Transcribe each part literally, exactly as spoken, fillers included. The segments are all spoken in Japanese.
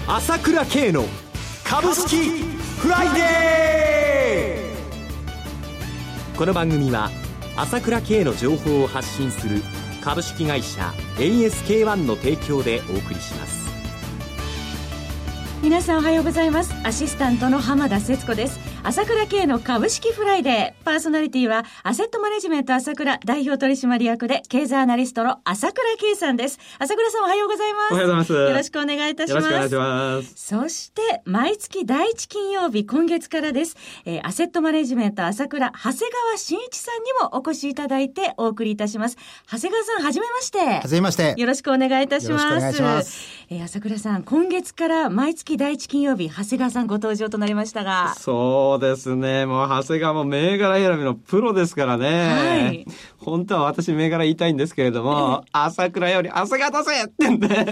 朝倉慶の株式フライデー。この番組は朝倉慶の情報を発信する株式会社 エーエスケーワン の提供でお送りします。 皆さんおはようございます。アシスタントの浜田節子です。朝倉慶の株式フライデー。パーソナリティはアセットマネジメント朝倉代表取締役で経済アナリストの朝倉慶さんです。朝倉さんおはようございます。 おはようございます。 よろしくお願いいたします。 よろしくお願いします。 そして毎月第一金曜日、今月からです、えー、アセットマネジメント朝倉長谷川真一さんにもお越しいただいてお送りいたします。長谷川さん、はじめまして。 はじめまして。 よろしくお願いいたします。 よろしくお願いします。 えー、朝倉さん、今月から毎月第一金曜日、長谷川さんご登場となりましたが。 そうですね。もう長谷川も銘柄選びのプロですからね。はい。本当は私銘柄言いたいんですけれども、朝倉より長谷川出せってんで、はい、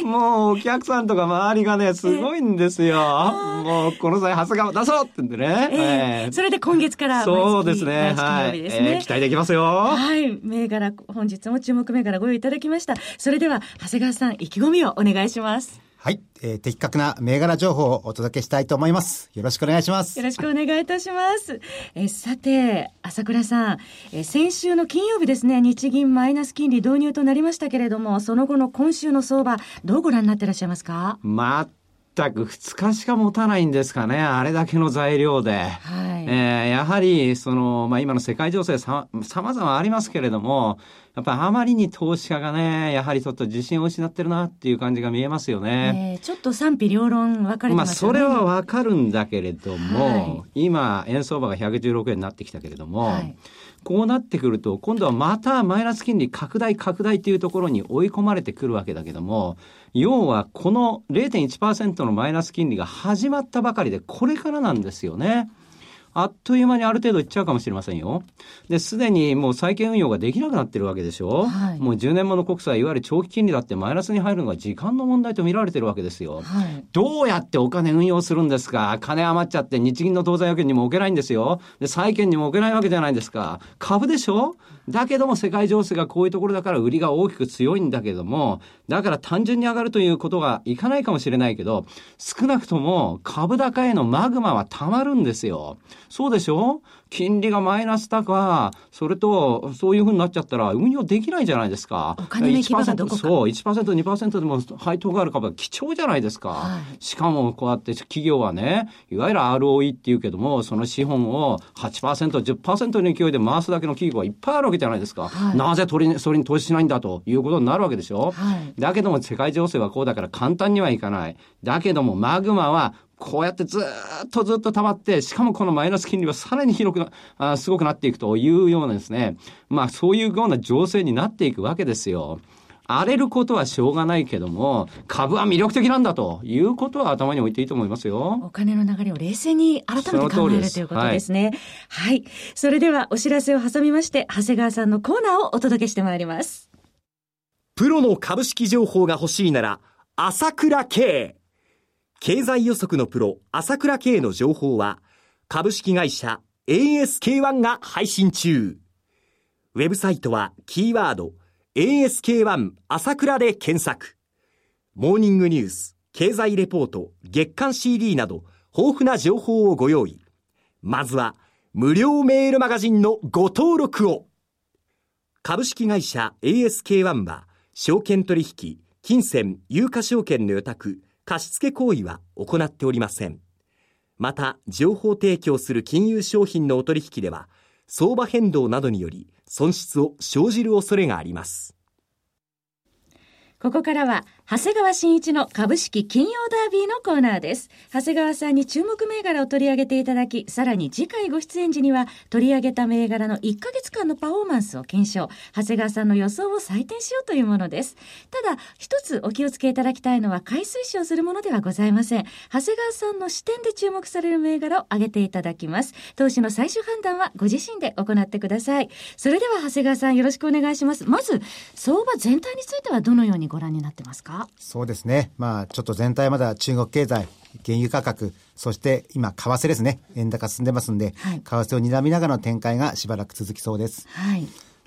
もうお客さんとか周りがね、すごいんですよ。もうこの際長谷川出そうってんでね。 えーえー、それで今月から毎月そうですね。はい、えー。期待できますよ。 はい。銘柄、本日も注目銘柄ご用意いただきました。それでは長谷川さん、意気込みをお願いします。 はい、えー、的確な銘柄情報をお届けしたいと思います。よろしくお願いします。 よろしくお願いいたします。えー、さて、朝倉さん、えー、先週の金曜日ですね、日銀マイナス金利導入となりましたけれども、その後の今週の相場、どうご覧になっていらっしゃいますか？ ま全くふつかしか持たないんですかね。あれだけの材料で。はい。えー、やはり、その、まあ、今の世界情勢さ、様々ありますけれども、やっぱりあまりに投資家がね、やはりちょっと自信を失ってるなっていう感じが見えますよね。 えー、ちょっと賛否両論分かれてますよね。 まあ、それはわかるんだけれども、はい、今、円相場がひゃくじゅうろくえんになってきたけれども、はい、こうなってくると、今度はまたマイナス金利拡大拡大というところに追い込まれてくるわけだけども、要はこの れいてんいちパーセント のマイナス金利が始まったばかりで、これからなんですよね。あっという間にある程度いっちゃうかもしれませんよ。で、すでにもう債券運用ができなくなってるわけでしょ、はい、もうじゅうねんもの国債、いわゆる長期金利だってマイナスに入るのが時間の問題と見られてるわけですよ、はい、どうやってお金運用するんですか？金余っちゃって日銀の当座預金にも置けないんですよ。で、債券にも置けないわけじゃないですか。株でしょ？だけども世界情勢がこういうところだから売りが大きく強いんだけども、だから単純に上がるということがいかないかもしれないけど、少なくとも株高へのマグマは溜まるんですよ。そうでしょ？金利がマイナスだか、それとそういう風になっちゃったら運用できないじゃないですか。 お金の行き場がどこか。 そう、いちパーセント、にパーセント でも配当がある株は貴重じゃないですか、はい、しかもこうやって企業はね、いわゆる アールオーイー っていうけども、その資本を はちパーセント、じゅっパーセント の勢いで回すだけの企業がいっぱいあるわけじゃないですか、はい、なぜ取りそれに投資しないんだということになるわけでしょ、はい、だけども世界情勢はこうだから簡単にはいかない。だけどもマグマはこうやってずっとずっと溜まって、しかもこのマイナス金利はさらに広くな、あすごくなっていくというようなですね、まあそういうような情勢になっていくわけですよ。荒れることはしょうがないけども、株は魅力的なんだということは頭に置いていいと思いますよ。 お金の流れを冷静に改めて考えるということですね。はい、はい。それではお知らせを挟みまして、長谷川さんのコーナーをお届けしてまいります。 プロの株式情報が欲しいなら、朝倉慶。経済予測のプロ、朝倉慶の情報は、株式会社 エーエスケーワン が配信中。ウェブサイトは、キーワード、エーエスケーワン 朝倉で検索。モーニングニュース、経済レポート、月刊 シーディー など、豊富な情報をご用意。まずは、無料メールマガジンのご登録を。株式会社 エーエスケーワン は、証券取引、金銭、有価証券の予託、貸付行為は行っておりません。また、情報提供する金融商品のお取引では、相場変動などにより損失を生じる恐れがあります。 ここからは長谷川真一の株式金曜ダービーのコーナーです。長谷川さんに注目銘柄を取り上げていただき、さらに次回ご出演時には取り上げた銘柄のいっかげつかんのパフォーマンスを検証、長谷川さんの予想を採点しようというものです。ただ一つお気をつけいただきたいのは、買い推奨するものではございません。長谷川さんの視点で注目される銘柄を挙げていただきます。投資の最終判断はご自身で行ってください。それでは長谷川さん、よろしくお願いします。まず相場全体についてはどのようにご覧になってますか？ そうですね、まあちょっと全体まだ中国経済、原油価格、そして今為替ですね、円高進んでますんで、はい、為替を睨みながらの展開がしばらく続きそうです。 はい、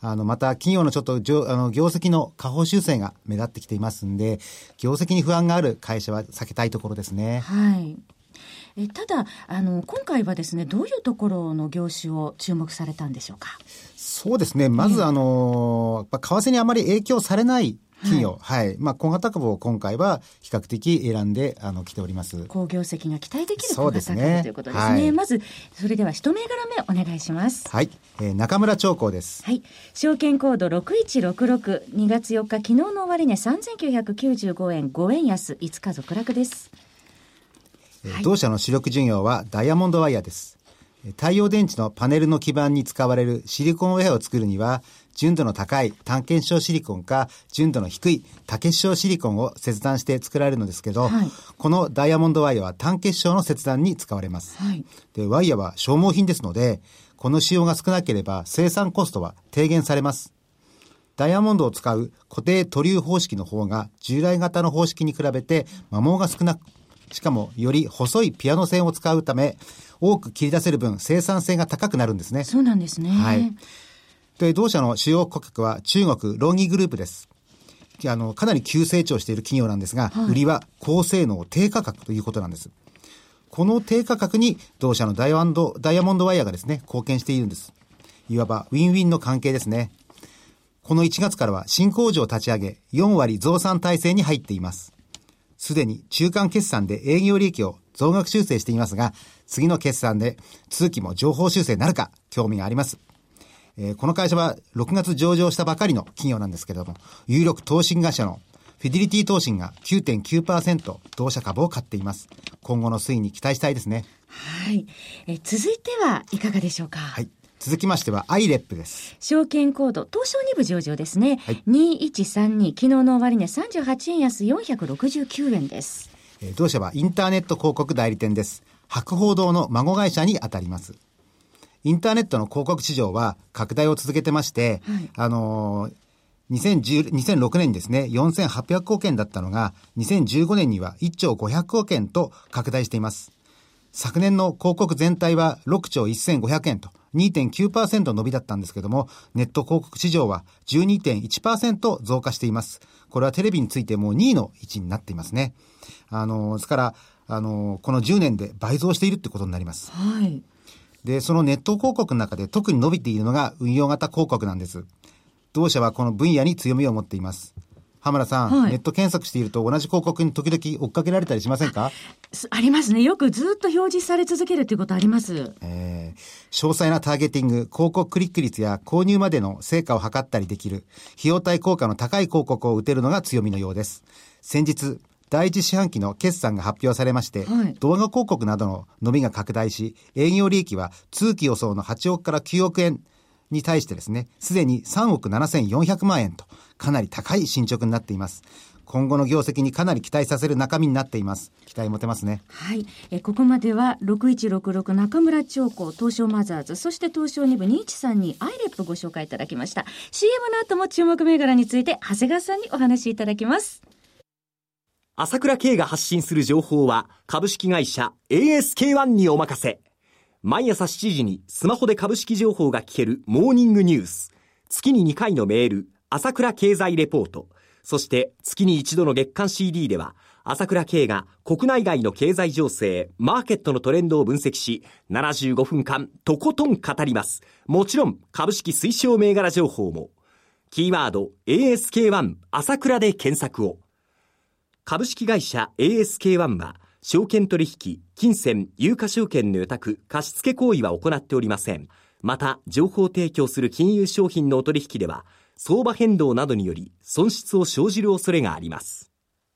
あの、また企業のちょっとあの業績の下方修正が目立ってきていますんで、業績に不安がある会社は避けたいところですね。 はい。えただあの今回はですね、どういうところの業種を注目されたんでしょうか。 そうですね。まず、あの、為替にあまり影響されない企業、はい、はい、まあ、小型株を今回は比較的選んであの来ております。 好業績が期待できる小型株、ね、ということですね。はい、まずそれでは一銘柄目お願いします。 はい、えー、中村長江です。 はい、証券コードろくいちろくろく、にがつよっか昨日の終値さんぜんきゅうひゃくきゅうじゅうごえんごえん安、いつか続落です。 はい、同社の主力事業はダイヤモンドワイヤーです。太陽電池のパネルの基板に使われるシリコンウェアを作るには、純度の高い単結晶シリコンか純度の低い多結晶シリコンを切断して作られるのですけど、はい、このダイヤモンドワイヤーは単結晶の切断に使われます。はい、でワイヤーは消耗品ですので、この使用が少なければ生産コストは低減されます。ダイヤモンドを使う固定塗粒方式の方が従来型の方式に比べて摩耗が少なく、しかもより細いピアノ線を使うため多く切り出せる分生産性が高くなるんですね。 そうなんですね。 はい。で同社の主要顧客は中国ロンギグループです。あのかなり急成長している企業なんですが、はい、売りは高性能低価格ということなんです。この低価格に同社のダイヤモンド、ダイヤモンドワイヤーがですね貢献しているんです。いわばウィンウィンの関係ですね。このいちがつからは新工場を立ち上げよんわり増産体制に入っています。すでに中間決算で営業利益を増額修正していますが、次の決算で通期も上方修正になるか興味があります。えー、この会社はろくがつ上場したばかりの企業なんですけれども、有力投信会社のフィデリティ投信が きゅうてんきゅうパーセント 同社株を買っています。今後の推移に期待したいですね。 はい。え続いてはいかがでしょうか。 はい。続きましてはアイレップです。 証券コード東証に部上場ですね。はい、にいちさんに、昨日の終値さんじゅうはちえん安よんひゃくろくじゅうきゅうえんです。 えー、同社はインターネット広告代理店です。博報堂の孫会社にあたります。インターネットの広告市場は拡大を続けてまして、はい、あのー、にせんじゅう、にせんろくねんにですね、よんせんはっぴゃくおけんだったのが、にせんじゅうごねんにはいっちょうごひゃくおけんと拡大しています。昨年の広告全体はろくちょうせんごひゃくえんと にてんきゅうパーセント 伸びだったんですけども、ネット広告市場は じゅうにてんいちパーセント 増加しています。これはテレビについてもにいの位置になっていますね。あのー、ですから、あのー、このじゅうねんで倍増しているってことになります。 はい。 で、そのネット広告の中で特に伸びているのが運用型広告なんです。同社はこの分野に強みを持っています。浜田さん、はい、ネット検索していると同じ広告に時々追っかけられたりしませんか？ あ, ありますね。よくずっと表示され続けるということあります。 えー、詳細なターゲティング、広告クリック率や購入までの成果を測ったりできる、費用対効果の高い広告を打てるのが強みのようです。先日、第一四半期の決算が発表されまして、はい、動画広告などの伸びが拡大し、営業利益は通期予想のはちおくからきゅうおくえんに対してですね、すでにさんおくななせんよんひゃくまんえんとかなり高い進捗になっています。今後の業績にかなり期待させる中身になっています。期待持てますね。 はい。えここまではろくいちろくろく中村長江、東証マザーズ、そして東証に部にいちさんにアイレップご紹介いただきました。 シーエム の後も注目銘柄について長谷川さんにお話しいただきます。 朝倉慶が発信する情報は株式会社 エーエスケーワン にお任せ。毎朝しちじにスマホで株式情報が聞けるモーニングニュース、月ににかいのメール朝倉経済レポート、そして月に一度の月間 シーディー では朝倉慶が国内外の経済情勢、マーケットのトレンドを分析し、ななじゅうごふんかんとことん語ります。もちろん株式推奨銘柄情報も。キーワード エーエスケーワン 朝倉で検索を。株式会社 エーエスケーワン は証券取引、金銭、有価証券の予託、貸付行為は行っておりません。また、情報提供する金融商品のお取引では、相場変動などにより損失を生じる恐れがあります。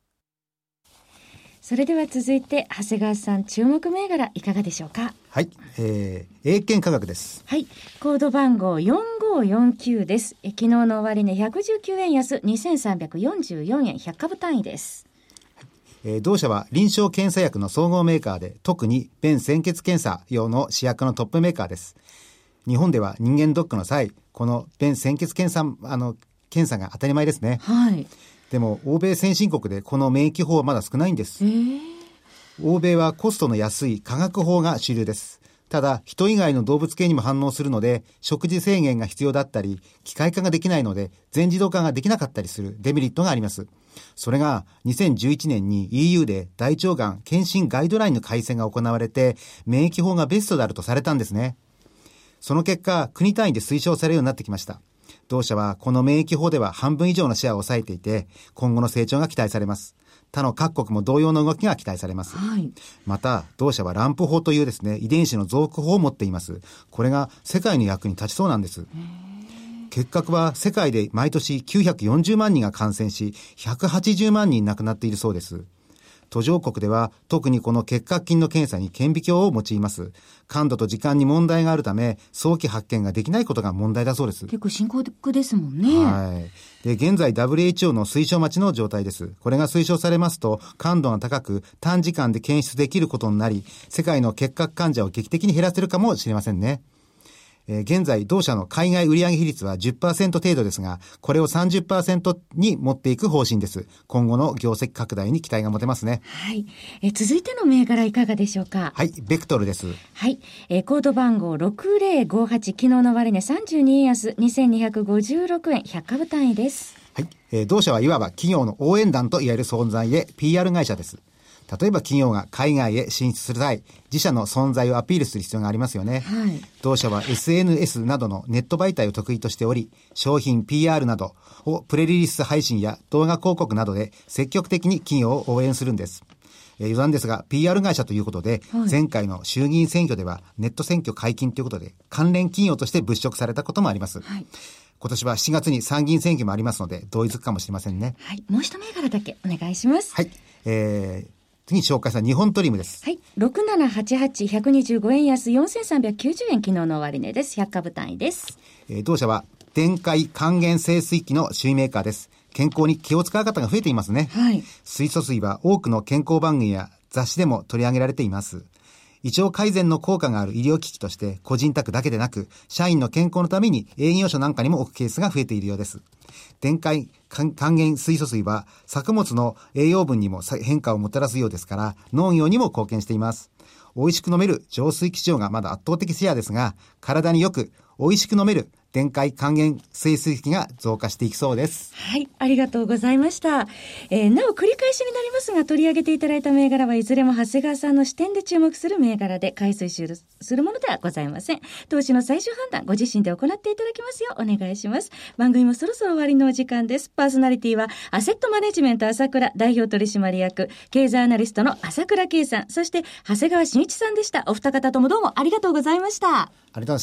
それでは続いて、長谷川さん、注目銘柄いかがでしょうか？ はい、えー、英建化学です。 はい、コード番号よんごよんきゅうです。え昨日の終値ひゃくじゅうきゅうえん安にせんさんびゃくよんじゅうよんえん、ひゃくかぶ単位です。 えー、同社は臨床検査薬の総合メーカーで、特に便潜血検査用の試薬のトップメーカーです。日本では人間ドックの際、この便潜血検査あの検査が当たり前ですね。 はい。 でも欧米先進国でこの免疫法はまだ少ないんです。 えー、 欧米はコストの安い化学法が主流です。 ただ、人以外の動物系にも反応するので、食事制限が必要だったり、機械化ができないので、全自動化ができなかったりするデメリットがあります。それが、にせんじゅういちねんに イーユー で大腸がん検診ガイドラインの改正が行われて、免疫法がベストであるとされたんですね。その結果、国単位で推奨されるようになってきました。同社は、この免疫法では半分以上のシェアを抑えていて、今後の成長が期待されます。他の各国も同様の動きが期待されます。 はい、 また、同社はランプ法というですね、遺伝子の増幅法を持っています。これが世界の役に立ちそうなんです。結核は世界で毎年きゅうひゃくよんじゅうまんにんが感染し、ひゃくはちじゅうまんにん亡くなっているそうです。途上国では特にこの結核菌の検査に顕微鏡を用います。感度と時間に問題があるため、早期発見ができないことが問題だそうです。 結構深刻ですもんね。 はい。で、現在 ダブリューエイチオー の推奨待ちの状態です。これが推奨されますと、感度が高く短時間で検出できることになり、世界の結核患者を劇的に減らせるかもしれませんね。えー、現在同社の海外売上比率は じゅっパーセント 程度ですが、これを さんじゅっパーセント に持っていく方針です。今後の業績拡大に期待が持てますね。 はい。えー、続いての銘柄いかがでしょうか。 はい、ベクトルです。 はい。えー、コード番号ろくぜろごはち、昨日の終値さんじゅうにえん安、にせんにひゃくごじゅうろくえん、ひゃくかぶ単位です。 はい。えー、同社はいわば企業の応援団といわれる存在で ピーアール 会社です。例えば企業が海外へ進出する際、自社の存在をアピールする必要がありますよね。 はい、 同社は エスエヌエス などのネット媒体を得意としており、商品 ピーアール などをプレリリース配信や動画広告などで積極的に企業を応援するんです。えー、余談ですが ピーアール 会社ということで、はい、前回の衆議院選挙ではネット選挙解禁ということで関連企業として物色されたこともあります。はい、今年はしちがつに参議院選挙もありますので同一かもしれませんね。 はい、もう一銘柄だけお願いします。 はい、えー次に紹介した日本トリムです。 はい。ろくななはちはち、ひゃくにじゅうごえん安、よんせんさんびゃくきゅうじゅうえん、昨日の終値です。ひゃくかぶ単位です。 えー、同社は電解還元清水機の首位メーカーです。健康に気を使う方が増えていますね。 はい。 水素水は多くの健康番組や雑誌でも取り上げられています。胃腸改善の効果がある医療機器として個人宅だけでなく社員の健康のために営業所なんかにも置くケースが増えているようです。電解還元水素水は作物の栄養分にも変化をもたらすようですから農業にも貢献しています。美味しく飲める浄水器市場がまだ圧倒的シェアですが、体によく美味しく飲める電解還元清水機が増加していきそうです。 はい、ありがとうございました。えー、なお繰り返しになりますが、取り上げていただいた銘柄はいずれも長谷川さんの視点で注目する銘柄で買い推奨するものではございません。投資の最終判断ご自身で行っていただきますようお願いします。番組もそろそろ終わりのお時間です。パーソナリティはアセットマネジメント朝倉代表取締役経済アナリストの朝倉圭さん、そして長谷川慎一さんでした。お二方ともどうもありがとうございました。 ありがとうございました。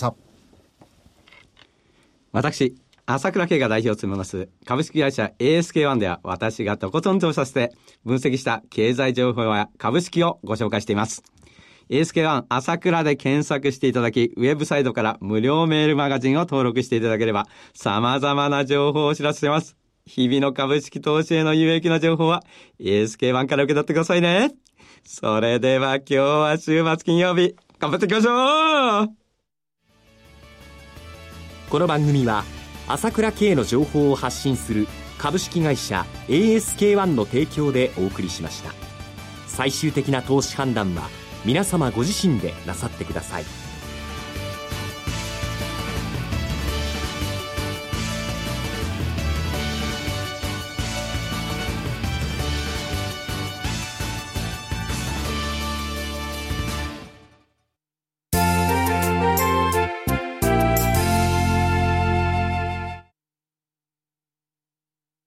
私、朝倉慶が代表を務めます株式会社 エーエスケーワン では私がとことん調査して分析した経済情報や株式をご紹介しています。エーエスケーワン 朝倉で検索していただき、ウェブサイトから無料メールマガジンを登録していただければ様々な情報をお知らせします。日々の株式投資への有益な情報は エーエスケーワン から受け取ってくださいね。それでは今日は週末金曜日、頑張っていきましょう。 この番組は朝倉慶の情報を発信する株式会社 エーエスケーワン の提供でお送りしました。最終的な投資判断は皆様ご自身でなさってください。